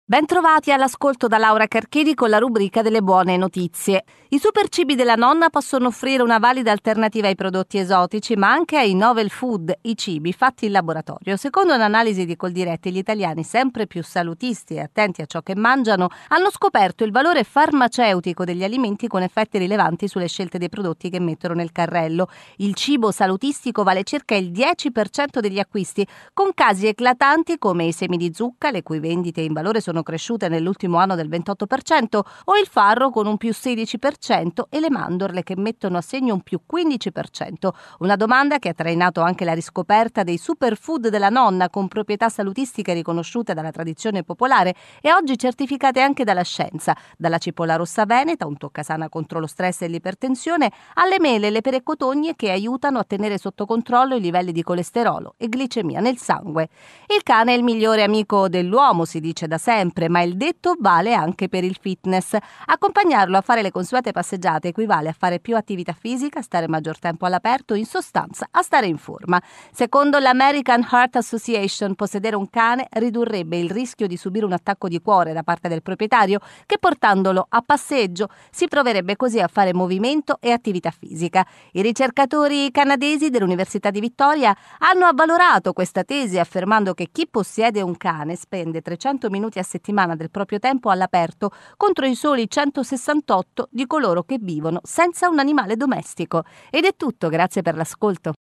Bentrovati all'ascolto da Laura Carchedi con la rubrica delle buone notizie. I super cibi della nonna possono offrire una valida alternativa ai prodotti esotici, ma anche ai novel food, i cibi fatti in laboratorio. Secondo un'analisi di Coldiretti, gli italiani, sempre più salutisti e attenti a ciò che mangiano, hanno scoperto il valore farmaceutico degli alimenti con effetti rilevanti sulle scelte dei prodotti che mettono nel carrello. Il cibo salutistico vale circa il 10% degli acquisti, con casi eclatanti come i semi di zucca, le cui vendite in valore sono cresciute nell'ultimo anno del 28%, o il farro con un più 16% e le mandorle che mettono a segno un più 15%. Una domanda che ha trainato anche la riscoperta dei superfood della nonna, con proprietà salutistiche riconosciute dalla tradizione popolare e oggi certificate anche dalla scienza, dalla cipolla rossa veneta, un toccasana contro lo stress e l'ipertensione, alle mele e le pere cotogne che aiutano a tenere sotto controllo i livelli di colesterolo e glicemia nel sangue. Il cane è il migliore amico dell'uomo, si dice da sempre, ma il detto vale anche per il fitness. Accompagnarlo a fare le consuete passeggiate equivale a fare più attività fisica, stare maggior tempo all'aperto, in sostanza a stare in forma. Secondo l'American Heart Association, possedere un cane ridurrebbe il rischio di subire un attacco di cuore da parte del proprietario, che portandolo a passeggio si troverebbe così a fare movimento e attività fisica. I ricercatori canadesi dell'Università di Victoria hanno avvalorato questa tesi, affermando che chi possiede un cane spende 300 minuti a settimana del proprio tempo all'aperto contro i soli 168 di coloro che vivono senza un animale domestico. Ed è tutto, grazie per l'ascolto.